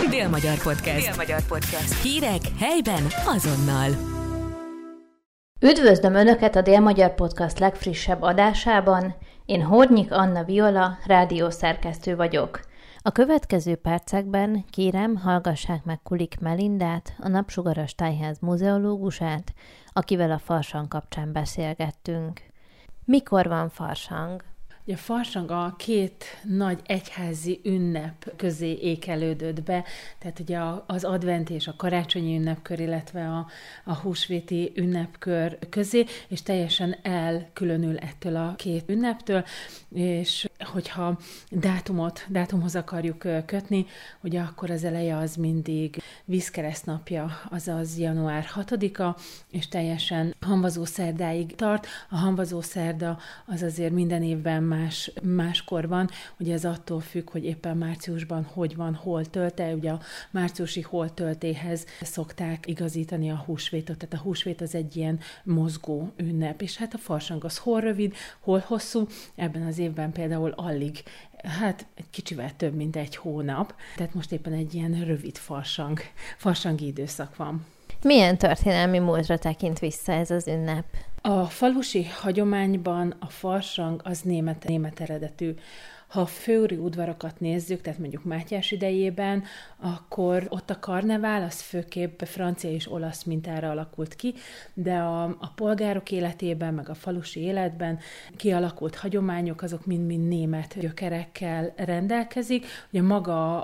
Dél-Magyar Podcast. Dél-Magyar Podcast. Hírek helyben azonnal. Üdvözlöm Önöket a Dél-Magyar Podcast legfrissebb adásában. Én Hornyik Anna Viola, rádiószerkesztő vagyok. A következő percekben kérem, hallgassák meg Kulik Melindát, a Napsugaras Tájház muzeológusát, akivel a farsang kapcsán beszélgettünk. Mikor van farsang? A farsang a két nagy egyházi ünnep közé ékelődött be, tehát ugye az adventi és a karácsonyi ünnepkör, illetve a húsvéti ünnepkör közé, és teljesen elkülönül ettől a két ünneptől, és hogyha dátumhoz akarjuk kötni, ugye akkor az eleje az mindig vízkeresztnapja, azaz január 6-a, és teljesen hamvazó szerdáig tart. A hamvazó szerda az azért minden évben máskor van, ugye ez attól függ, hogy éppen márciusban hogy van holtölte, ugye a márciusi holtöltéhez szokták igazítani a húsvétot, tehát a húsvét az egy ilyen mozgó ünnep, és hát a farsang az hol rövid, hol hosszú, ebben az évben például alig, egy kicsivel több, mint egy hónap, tehát most éppen egy ilyen rövid farsangi időszak van. Milyen történelmi múltra tekint vissza ez az ünnep? A falusi hagyományban a farsang az német eredetű. Ha a főúri udvarokat nézzük, tehát mondjuk Mátyás idejében, akkor ott a karnevál az főképp francia és olasz mintára alakult ki, de a polgárok életében, meg a falusi életben kialakult hagyományok, azok mind-mind német gyökerekkel rendelkezik. Ugye maga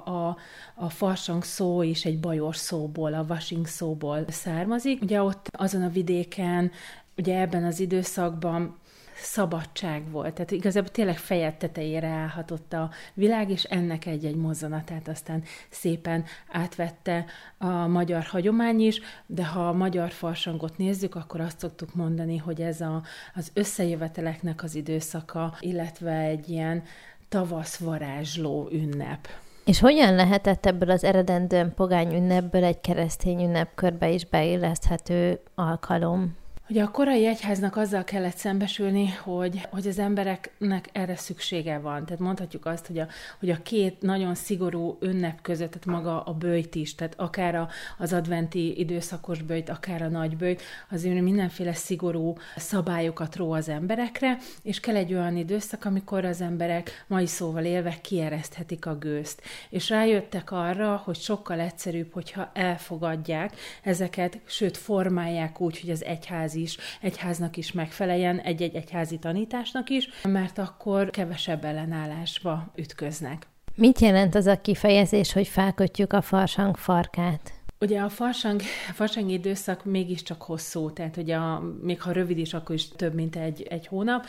a farsang szó is egy bajor szóból, a vasing szóból származik. Ugye ott azon a vidéken, ugye ebben az időszakban szabadság volt, tehát igazából tényleg fejed tetejére állhatott a világ, és ennek egy-egy mozzanatát aztán szépen átvette a magyar hagyomány is, de ha a magyar farsangot nézzük, akkor azt szoktuk mondani, hogy ez az összejöveteleknek az időszaka, illetve egy ilyen tavaszvarázsló ünnep. És hogyan lehetett ebből az eredendően pogány ünnepből egy keresztény ünnepkörbe is beilleszthető alkalom? Ugye a korai egyháznak azzal kellett szembesülni, hogy az embereknek erre szüksége van. Tehát mondhatjuk azt, hogy a két nagyon szigorú ünnep között, tehát maga a böjt is, tehát akár az adventi időszakos böjt, akár a nagy böjt, azért mindenféle szigorú szabályokat ró az emberekre, és kell egy olyan időszak, amikor az emberek mai szóval élve kiereszthetik a gőzt. És rájöttek arra, hogy sokkal egyszerűbb, hogyha elfogadják ezeket, sőt formálják úgy, hogy az egyháznak is megfeleljen, egy-egy egyházi tanításnak is, mert akkor kevesebb ellenállásba ütköznek. Mit jelent az a kifejezés, hogy felkötjük a farsang farkát? Ugye a farsangi időszak mégiscsak hosszú, tehát ugye még ha rövid is, akkor is több, mint egy hónap,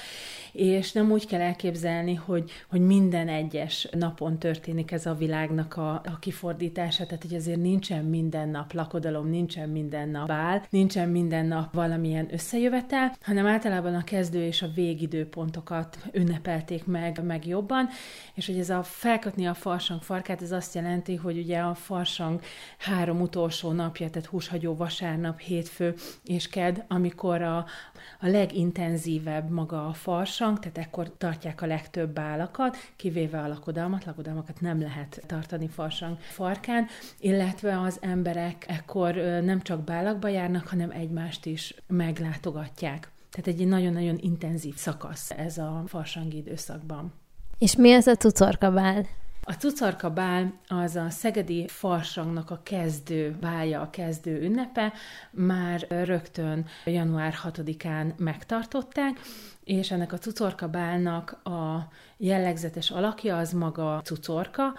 és nem úgy kell elképzelni, hogy minden egyes napon történik ez a világnak a kifordítása, tehát hogy azért nincsen minden nap lakodalom, nincsen minden nap bál, nincsen minden nap valamilyen összejövetel, hanem általában a kezdő és a végidőpontokat ünnepelték meg jobban, és hogy ez a felkötni a farsang farkát, ez azt jelenti, hogy ugye a farsang 3 utolsó napja, tehát húshagyó vasárnap, hétfő és kedd, amikor a legintenzívebb maga a farsang, tehát ekkor tartják a legtöbb bálakat, kivéve a lakodalmakat nem lehet tartani farsang farkán, illetve az emberek ekkor nem csak bálakba járnak, hanem egymást is meglátogatják. Tehát egy nagyon-nagyon intenzív szakasz ez a farsangi időszakban. És mi az a cucorkabál? A cucorkabál az a szegedi farsangnak a kezdő bálja, a kezdő ünnepe, már rögtön január 6-án megtartották, és ennek a cucorkabálnak a jellegzetes alakja az maga a cucorka,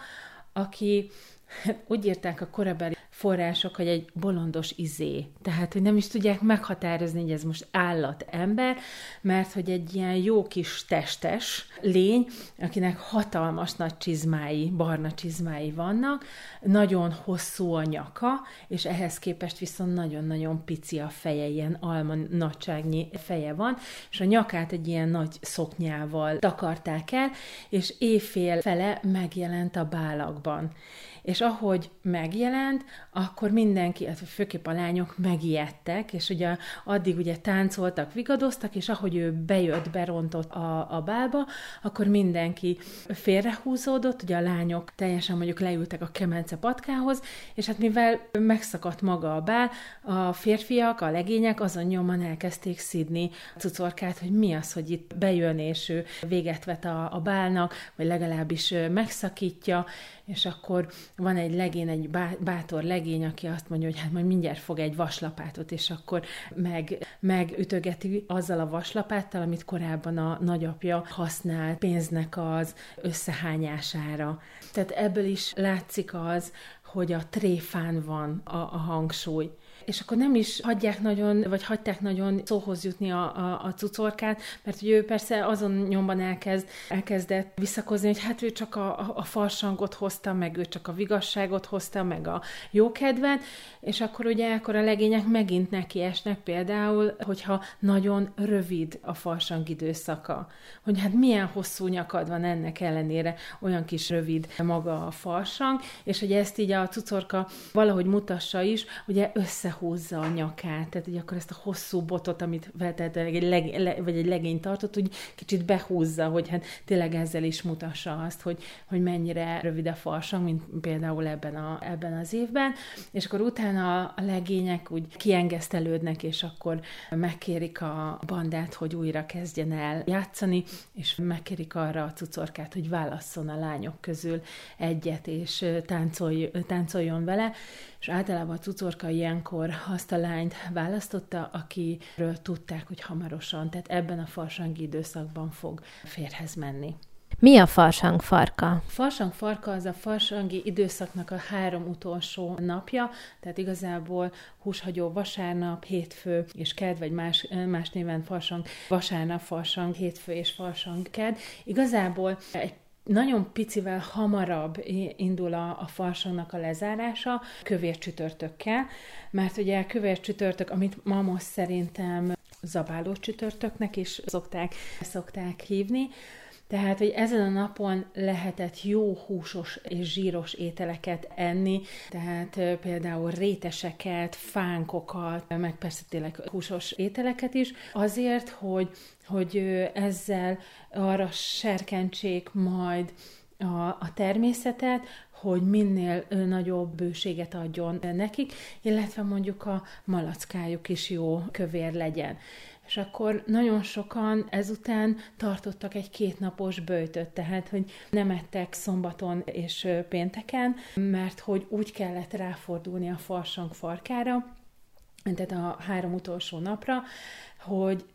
aki úgy írták a korabeli források, hogy egy bolondos izé. Tehát, hogy nem is tudják meghatározni, hogy ez most állat, ember, mert hogy egy ilyen jó kis testes lény, akinek hatalmas nagy csizmái, barna csizmái vannak, nagyon hosszú a nyaka, és ehhez képest viszont nagyon-nagyon pici a feje, ilyen alma nagyságnyi feje van, és a nyakát egy ilyen nagy szoknyával takarták el, és éjfél fele megjelent a bálakban. És ahogy megjelent, akkor mindenki, főképp a lányok megijedtek, és ugye addig ugye táncoltak, vigadoztak, és ahogy ő bejött, berontott a bálba, akkor mindenki félrehúzódott, ugye a lányok teljesen mondjuk leültek a kemence patkához, és hát mivel megszakadt maga a bál, a férfiak, a legények azon nyomban elkezdték szidni a cucorkát, hogy mi az, hogy itt bejön, és ő véget vet a bálnak, vagy legalábbis megszakítja, és akkor van egy legény, egy bátor legény, aki azt mondja, hogy hát majd mindjárt fog egy vaslapátot, és akkor megütögeti azzal a vaslapáttal, amit korábban a nagyapja használt pénznek az összehányására. Tehát ebből is látszik az, hogy a tréfán van a hangsúly. És akkor nem is hagyták nagyon szóhoz jutni a cucorkát, mert ugye ő persze azon nyomban elkezdett visszakozni, hogy hát ő csak a farsangot hozta, meg ő csak a vigasságot hozta, meg a jókedvet, és akkor ugye akkor a legények megint nekiesnek például, hogyha nagyon rövid a farsang időszaka. Hogy hát milyen hosszú nyakad van ennek ellenére, olyan kis rövid maga a farsang, és hogy ezt így a cucorka valahogy mutassa is, ugye összehúzza a nyakát, tehát ugye akkor ezt a hosszú botot, amit feltétlenül egy legény tartott, úgy kicsit behúzza, hogy hát tényleg ezzel is mutassa azt, hogy mennyire rövid a farsang, mint például ebben az évben, és akkor utána a legények úgy kiengesztelődnek, és akkor megkérik a bandát, hogy újra kezdjen el játszani, és megkérik arra a cucorkát, hogy válasszon a lányok közül egyet, és táncoljon vele, és általában a cucorka ilyenkor azt a lányt választotta, akiről tudták, hogy hamarosan, tehát ebben a farsangi időszakban fog férjhez menni. Mi a farsang farka? Farsang farka az a farsangi időszaknak a 3 utolsó napja, tehát igazából húshagyó vasárnap, hétfő és kedd, vagy más néven farsang vasárnap, farsang hétfő és farsang kedd. Igazából egy nagyon picivel hamarabb indul a farsangnak a lezárása kövér csütörtökkel, mert ugye kövér csütörtök, amit ma most szerintem zabáló csütörtöknek is szokták hívni, tehát, hogy ezen a napon lehetett jó húsos és zsíros ételeket enni, tehát például réteseket, fánkokat, meg persze tényleg húsos ételeket is, azért, hogy ezzel arra serkentsék majd a természetet, hogy minél nagyobb bőséget adjon nekik, illetve mondjuk a malackájuk is jó kövér legyen. És akkor nagyon sokan ezután tartottak egy 2 napos böjtöt, tehát, hogy nem ettek szombaton és pénteken, mert hogy úgy kellett ráfordulni a farsang farkára, tehát a 3 utolsó napra, hogy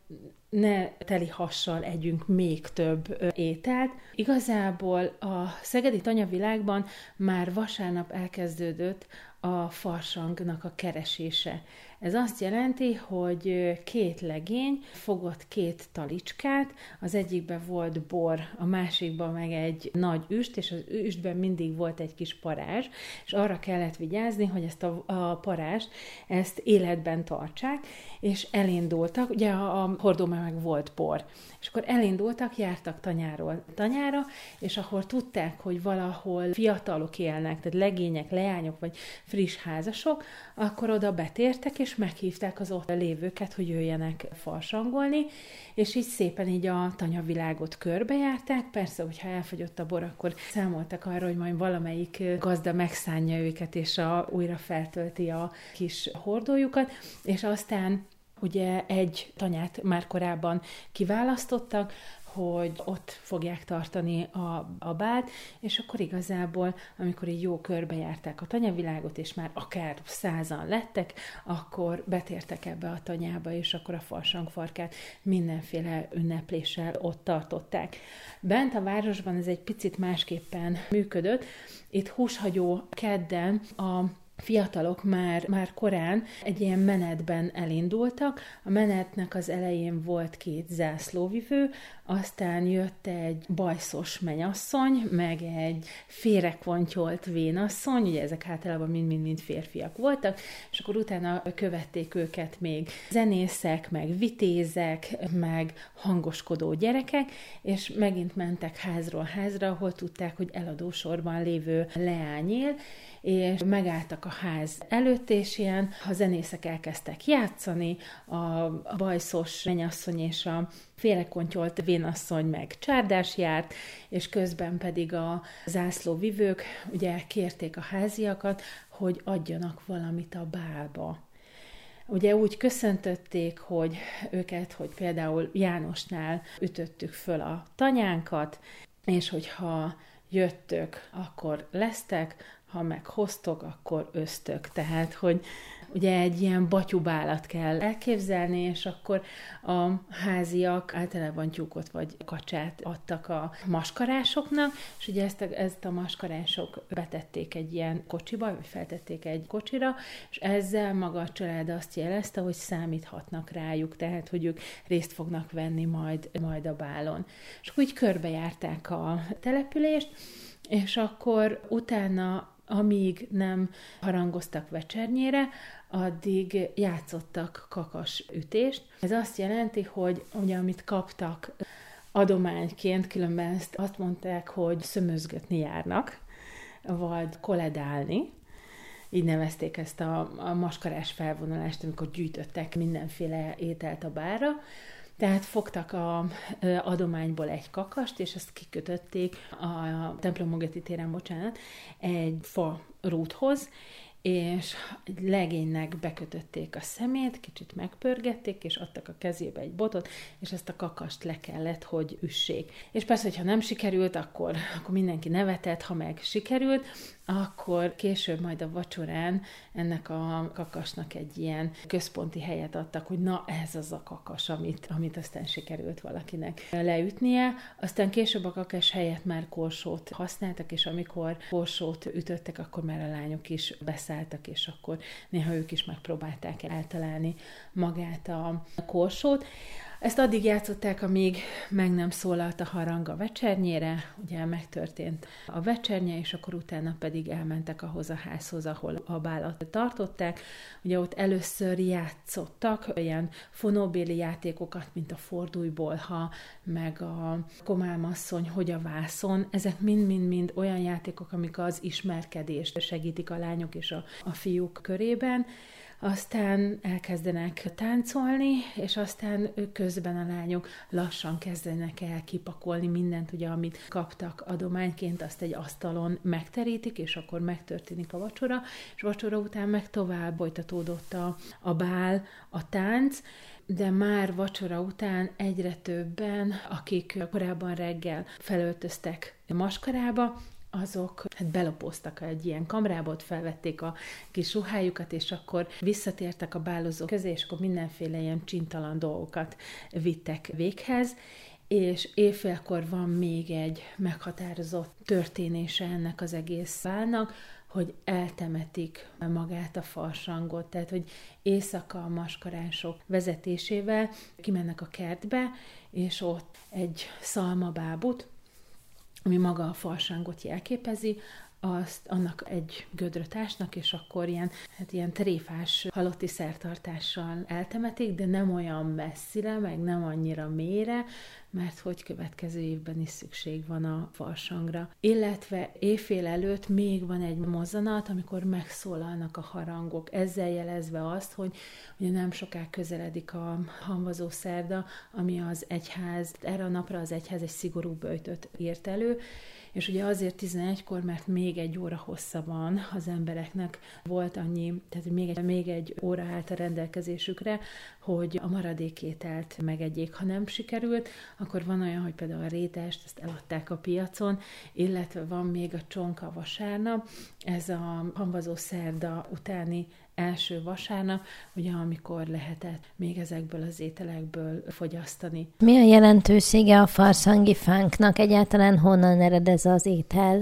ne teli hassal együnk még több ételt. Igazából a szegedi tanyavilágban már vasárnap elkezdődött a farsangnak a keresése. Ez azt jelenti, hogy 2 legény fogott 2 talicskát, az egyikben volt bor, a másikban meg egy nagy üst, és az üstben mindig volt egy kis parázs, és arra kellett vigyázni, hogy ezt a parást, ezt életben tartsák, és elindultak, ugye a hordóban meg volt bor, és akkor elindultak, jártak tanyáról tanyára, és ahol tudták, hogy valahol fiatalok élnek, tehát legények, leányok, vagy friss házasok, akkor oda betértek, és meghívták az ott lévőket, hogy jöjjenek farsangolni, és így szépen így a tanyavilágot körbejárták. Persze, hogyha elfogyott a bor, akkor számoltak arra, hogy majd valamelyik gazda megszánja őket, és újra feltölti a kis hordójukat, és aztán ugye egy tanyát már korábban kiválasztottak, hogy ott fogják tartani a bált, és akkor igazából, amikor így jó körbejárták a tanyavilágot, és már akár 100-an lettek, akkor betértek ebbe a tanyába, és akkor a farsangfarkát mindenféle ünnepléssel ott tartották. Bent a városban ez egy picit másképpen működött. Itt húshagyó kedden a fiatalok már korán egy ilyen menetben elindultak. A menetnek az elején volt 2 zászlóvivő, aztán jött egy bajszos menyasszony, meg egy féregvontyolt vénasszony, ugye ezek általában mind férfiak voltak, és akkor utána követték őket még zenészek, meg vitézek, meg hangoskodó gyerekek, és megint mentek házról házra, ahol tudták, hogy eladósorban lévő leány él, és megálltak a ház előtt, és ilyen a zenészek elkezdtek játszani, a bajszos mennyasszony és a félrekontyolt vénasszony meg csárdás járt, és közben pedig a zászlóvivők ugye kérték a háziakat, hogy adjanak valamit a bálba. Ugye úgy köszöntötték, hogy őket, hogy például Jánosnál ütöttük föl a tanyánkat, és hogyha jöttök, akkor lesztek, ha meg hoztok, akkor öztök. Tehát, hogy ugye egy ilyen batyubálat kell elképzelni, és akkor a háziak általában tyúkot vagy kacsát adtak a maskarásoknak, és ugye ezt a maskarások betették egy ilyen kocsiba, vagy feltették egy kocsira, és ezzel maga a család azt jelezte, hogy számíthatnak rájuk, tehát, hogy ők részt fognak venni majd a bálon. És akkor így körbejárták a települést, és akkor utána, amíg nem harangoztak vecsernyére, addig játszottak kakasütést. Ez azt jelenti, hogy ugye amit kaptak adományként, különben ezt azt mondták, hogy szömözgetni járnak, vagy koledálni. Így nevezték ezt a maskarás felvonulást, amikor gyűjtöttek mindenféle ételt a bálra. Tehát fogtak a adományból egy kakast, és ezt kikötötték a templom mögötti téren, egy fa rúthoz, és egy legénynek bekötötték a szemét, kicsit megpörgették, és adtak a kezébe egy botot, és ezt a kakast le kellett, hogy üssék. És persze, hogyha nem sikerült, akkor mindenki nevetett, ha meg sikerült, akkor később majd a vacsorán ennek a kakasnak egy ilyen központi helyet adtak, hogy na ez az a kakas, amit aztán sikerült valakinek leütnie. Aztán később a kakas helyett már korsót használtak, és amikor korsót ütöttek, akkor már a lányok is beszálltak, és akkor néha ők is megpróbálták eltalálni magát a korsót. Ezt addig játszották, amíg meg nem szólalt a harang a vecsernyére, ugye megtörtént a vecsernye, és akkor utána pedig elmentek ahhoz a házhoz, ahol a bálat tartották. Ugye ott először játszottak ilyen fonóbéli játékokat, mint a Fordulj bolha, meg a Komámasszony, hogy a vászon. Ezek mind-mind-mind olyan játékok, amik az ismerkedést segítik a lányok és a fiúk körében. Aztán elkezdenek táncolni, és aztán ők közben a lányok lassan kezdenek el kipakolni mindent, ugye, amit kaptak adományként, azt egy asztalon megterítik, és akkor megtörténik a vacsora, és vacsora után meg tovább folytatódott a bál, a tánc, de már vacsora után egyre többen, akik korábban reggel felöltöztek maskarába, azok belopóztak egy ilyen kamrába, ott felvették a kis ruhájukat, és akkor visszatértek a bálozók közé, és akkor mindenféle ilyen csintalan dolgokat vittek véghez, és éjfélkor van még egy meghatározott történése ennek az egész bálnak, hogy eltemetik magát a farsangot, tehát hogy éjszaka a maskarások vezetésével kimennek a kertbe, és ott egy szalmabábut, ami maga a farsangot jelképezi, annak egy gödröt ásnak, és akkor ilyen tréfás halotti szertartással eltemetik, de nem olyan messzire, meg nem annyira mélyre, mert hogy következő évben is szükség van a farsangra. Illetve éjfél előtt még van egy mozzanat, amikor megszólalnak a harangok, ezzel jelezve azt, hogy ugye nem soká közeledik a hamvazó szerda, ami az egyház, erre a napra az egyház egy szigorú böjtöt írt elő, és ugye azért 11-kor, mert még egy óra hossza van, az embereknek volt annyi, tehát még egy óra állt a rendelkezésükre, hogy a maradék ételt megegyék. Ha nem sikerült, akkor van olyan, hogy például a rétest, ezt eladták a piacon, illetve van még a csonka vasárnap, ez a hamvazó szerda utáni első vasárnap, ugye amikor lehetett még ezekből az ételekből fogyasztani. Mi a jelentősége a farsangi fánknak? Egyáltalán honnan ered ez az étel?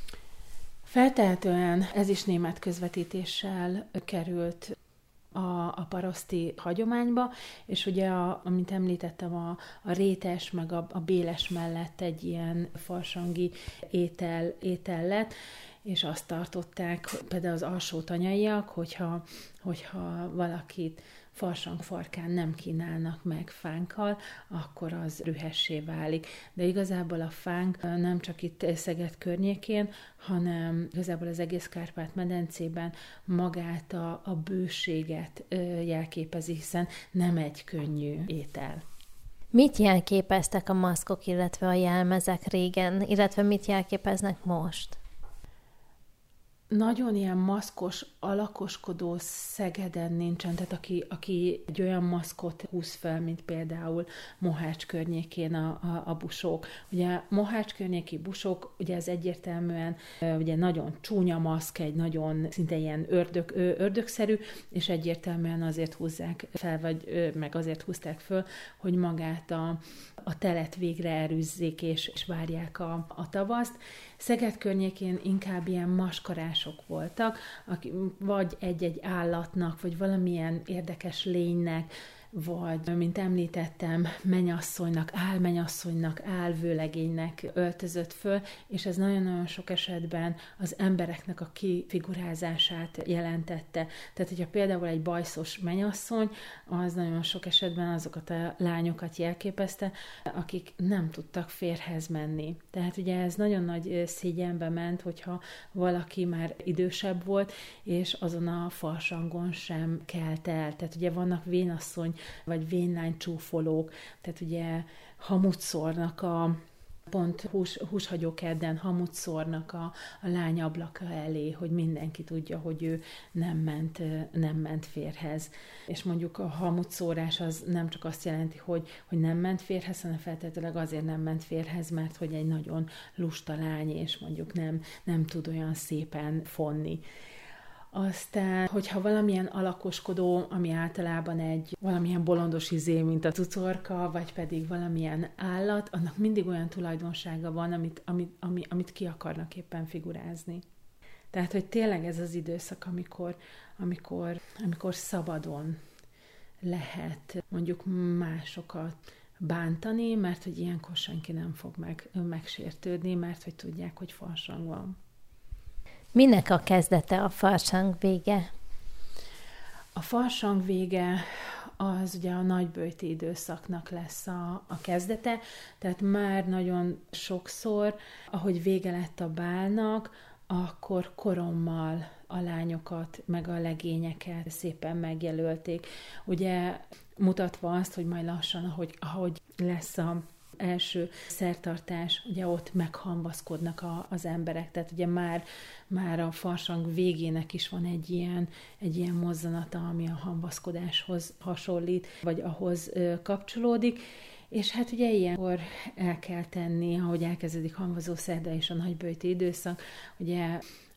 Feltehetően ez is német közvetítéssel került a paraszti hagyományba, és ugye, amint említettem, a rétes, meg a béles mellett egy ilyen farsangi étel lett, és azt tartották, például az alsótanyaiak, hogyha valakit farsangfarkán nem kínálnak meg fánkkal, akkor az rühessé válik. De igazából a fánk nem csak itt Szeged környékén, hanem igazából az egész Kárpát-medencében magát a bőséget jelképezi, hiszen nem egy könnyű étel. Mit jelképeztek a maszkok, illetve a jelmezek régen, illetve mit jelképeznek most? Nagyon ilyen maszkos, alakoskodó Szegeden nincsen, tehát aki egy olyan maszkot húz fel, mint például Mohács környékén a busók. Ugye Mohács környéki busók, ugye ez egyértelműen ugye nagyon csúnya maszk, egy nagyon szinte ilyen ördögszerű, és egyértelműen azért húzzák fel, vagy meg azért húzták föl, hogy magát a telet végre elűzzék, és várják a tavaszt. Szeged környékén inkább ilyen maskarások voltak, vagy egy-egy állatnak, vagy valamilyen érdekes lénynek, vagy, mint említettem, álmennyasszonynak, álvőlegénynek öltözött föl, és ez nagyon-nagyon sok esetben az embereknek a kifigurázását jelentette. Tehát, hogyha például egy bajszos mennyasszony, az nagyon sok esetben azokat a lányokat jelképezte, akik nem tudtak férjhez menni. Tehát ugye ez nagyon nagy szégyenbe ment, hogyha valaki már idősebb volt, és azon a farsangon sem kelt el. Tehát ugye vannak vénasszony vagy vénlány csúfolók, tehát ugye hamut szórnak pont húshagyókedden hamut szórnak a lány ablaka elé, hogy mindenki tudja, hogy ő nem ment férjhez. És mondjuk a hamut szórás az nem csak azt jelenti, hogy nem ment férjhez, hanem feltétlenül azért nem ment férjhez, mert hogy egy nagyon lusta lány, és mondjuk nem tud olyan szépen fonni. Aztán, hogyha valamilyen alakoskodó, ami általában valamilyen bolondos izé, mint a cucorka, vagy pedig valamilyen állat, annak mindig olyan tulajdonsága van, amit ki akarnak éppen figurázni. Tehát, hogy tényleg ez az időszak, amikor szabadon lehet mondjuk másokat bántani, mert hogy ilyenkor senki nem fog megsértődni, mert hogy tudják, hogy farsang van. Minek a kezdete, a farsang vége? A farsang vége az ugye a nagyböjti időszaknak lesz a kezdete, tehát már nagyon sokszor, ahogy vége lett a bálnak, akkor korommal a lányokat, meg a legényeket szépen megjelölték. Ugye mutatva azt, hogy majd lassan, ahogy lesz a első szertartás, ugye ott meghamvaszkodnak az emberek, tehát ugye már a farsang végének is van egy ilyen mozzanata, ami a hamvaszkodáshoz hasonlít, vagy ahhoz kapcsolódik, és hát ugye ilyenkor el kell tenni, ahogy elkezdődik hamvazó szerda és a nagyböjti időszak, ugye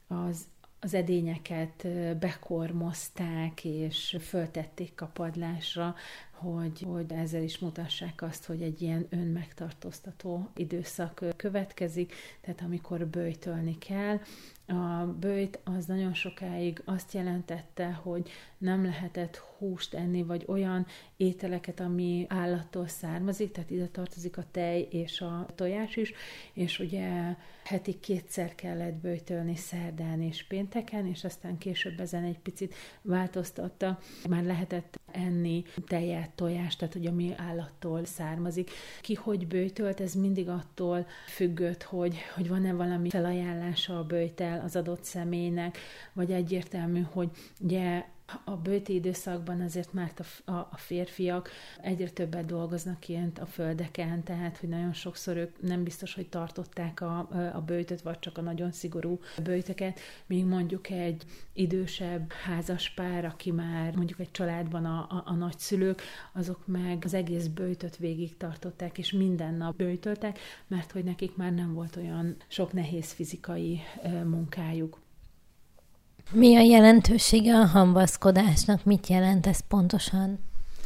az edényeket bekormozták, és föltették kapadlásra, hogy ezzel is mutassák azt, hogy egy ilyen önmegtartóztató időszak következik, tehát amikor böjtölni kell. A böjt az nagyon sokáig azt jelentette, hogy nem lehetett húst enni, vagy olyan ételeket, ami állattól származik, tehát ide tartozik a tej és a tojás is, és ugye heti 2-szer kellett böjtölni szerdán és pénteken, és aztán később ezen egy picit változtatta. Már lehetett enni tejet, tojást, tehát hogy ami állattól származik. Ki hogy böjtölt, ez mindig attól függött, hogy van-e valami felajánlása a böjtel az adott személynek, vagy egyértelmű, hogy ugye a böjti időszakban azért már a férfiak egyre többet dolgoznak kint a földeken, tehát hogy nagyon sokszor ők nem biztos, hogy tartották a böjtöt, vagy csak a nagyon szigorú böjtöket, míg mondjuk egy idősebb házaspár, aki már mondjuk egy családban a nagyszülők, azok meg az egész böjtöt végig tartották, és minden nap böjtöltek, mert hogy nekik már nem volt olyan sok nehéz fizikai munkájuk. Mi a jelentősége a hamvaszkodásnak? Mit jelent ez pontosan?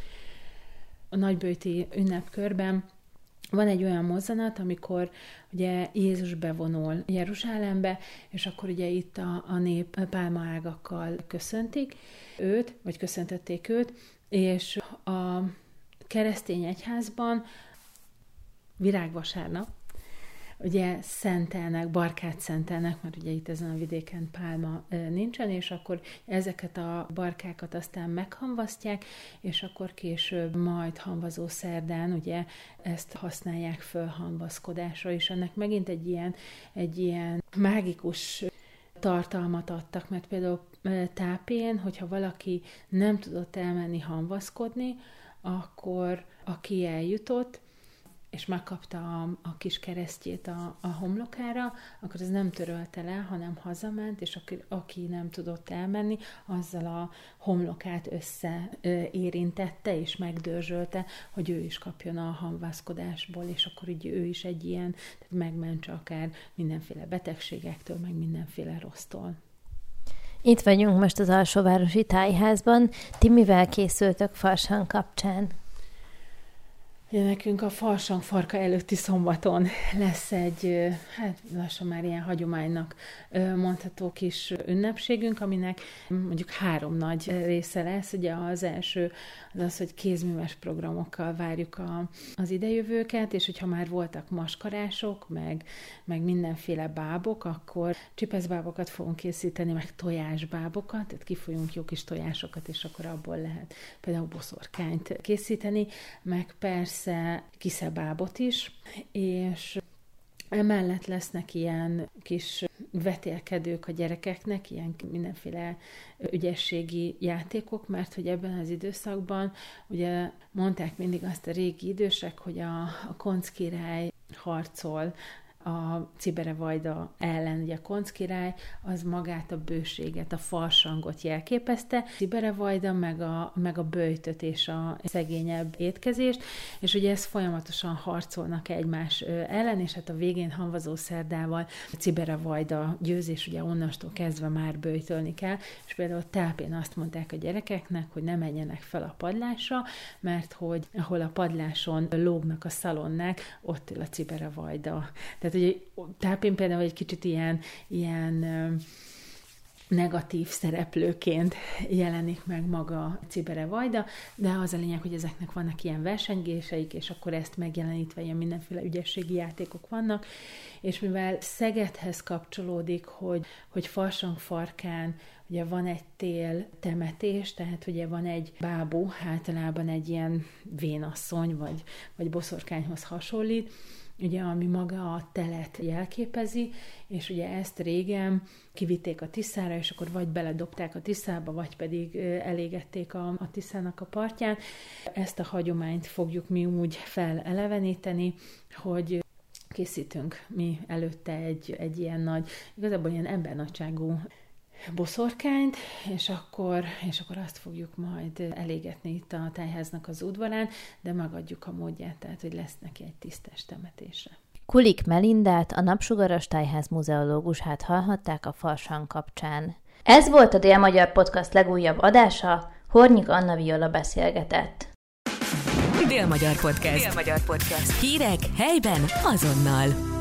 A nagyböjti ünnepkörben van egy olyan mozzanat, amikor ugye Jézus bevonul Jeruzsálembe, és akkor ugye itt a nép pálmaágakkal köszöntik őt, vagy köszöntötték őt, és a keresztény egyházban virágvasárnap, ugye szentelnek, barkát szentelnek, mert ugye itt ezen a vidéken pálma nincsen, és akkor ezeket a barkákat aztán meghamvasztják, és akkor később majd hamvazó szerdán ugye ezt használják föl hamvaszkodásra, és ennek megint egy ilyen mágikus tartalmat adtak, mert például Tápén, hogyha valaki nem tudott elmenni hamvaszkodni, akkor aki eljutott, és megkapta a kis keresztjét a homlokára, akkor ez nem törölte le, hanem hazament, és aki nem tudott elmenni, azzal a homlokát összeérintette, és megdörzsölte, hogy ő is kapjon a hamvászkodásból, és akkor így ő is egy ilyen, tehát megmentse akár mindenféle betegségektől, meg mindenféle rossztól. Itt vagyunk most az Alsóvárosi Tájházban. Ti mivel készültök farsang kapcsán? Nekünk a farsangfarka előtti szombaton lesz egy, hát lassan már ilyen hagyománynak mondható kis ünnepségünk, aminek mondjuk 3 nagy része lesz. Ugye az első az, hogy kézműves programokkal várjuk az idejövőket, és hogyha már voltak maskarások, meg mindenféle bábok, akkor csipeszbábokat fogunk készíteni, meg tojásbábokat, tehát kifolyunk jó kis tojásokat, és akkor abból lehet például boszorkányt készíteni, meg persze kiszebábot is, és emellett lesznek ilyen kis vetélkedők a gyerekeknek, ilyen mindenféle ügyességi játékok, mert hogy ebben az időszakban ugye mondták mindig azt a régi idősek, hogy a Konc király harcol a Ciberevajda ellen. Ugye a Konc király az magát a bőséget, a farsangot jelképezte, Ciberevajda meg a böjtöt és a szegényebb étkezést, és ugye ezt folyamatosan harcolnak egymás ellen, és hát a végén hamvazó szerdával a Ciberevajda győz, és ugye onnastól kezdve már böjtölni kell, és például Tápén azt mondták a gyerekeknek, hogy ne menjenek fel a padlásra, mert hogy ahol a padláson lógnak a szalonnák, ott ül a Ciberevajda. Tehát ugye Tápén például egy kicsit ilyen negatív szereplőként jelenik meg maga Ciberevajda, de az a lényeg, hogy ezeknek vannak ilyen versengéseik, és akkor ezt megjelenítve ilyen mindenféle ügyességi játékok vannak, és mivel Szegedhez kapcsolódik, hogy Farsangfarkán ugye van egy tél temetés, tehát ugye van egy bábú, általában egy ilyen vénasszony, vagy boszorkányhoz hasonlít, ugye, ami maga a telet jelképezi, és ugye ezt régen kivitték a Tiszára, és akkor vagy beledobták a Tiszába, vagy pedig elégették a Tiszának a partján. Ezt a hagyományt fogjuk mi úgy feleleveníteni, hogy készítünk mi előtte egy ilyen nagy, igazából ilyen embernagyságú boszorkányt, és akkor azt fogjuk majd elégetni itt a tájháznak az udvarán, de megadjuk a módját, tehát hogy lesz neki egy tisztes temetése. Kulik Melindát, a Napsugaras Tájház muzeológusát hallhatták a farsang kapcsán. Ez volt a Dél-Magyar Podcast legújabb adása, Hornyik Anna Viola beszélgetett. Dél-Magyar Podcast. Hírek helyben azonnal.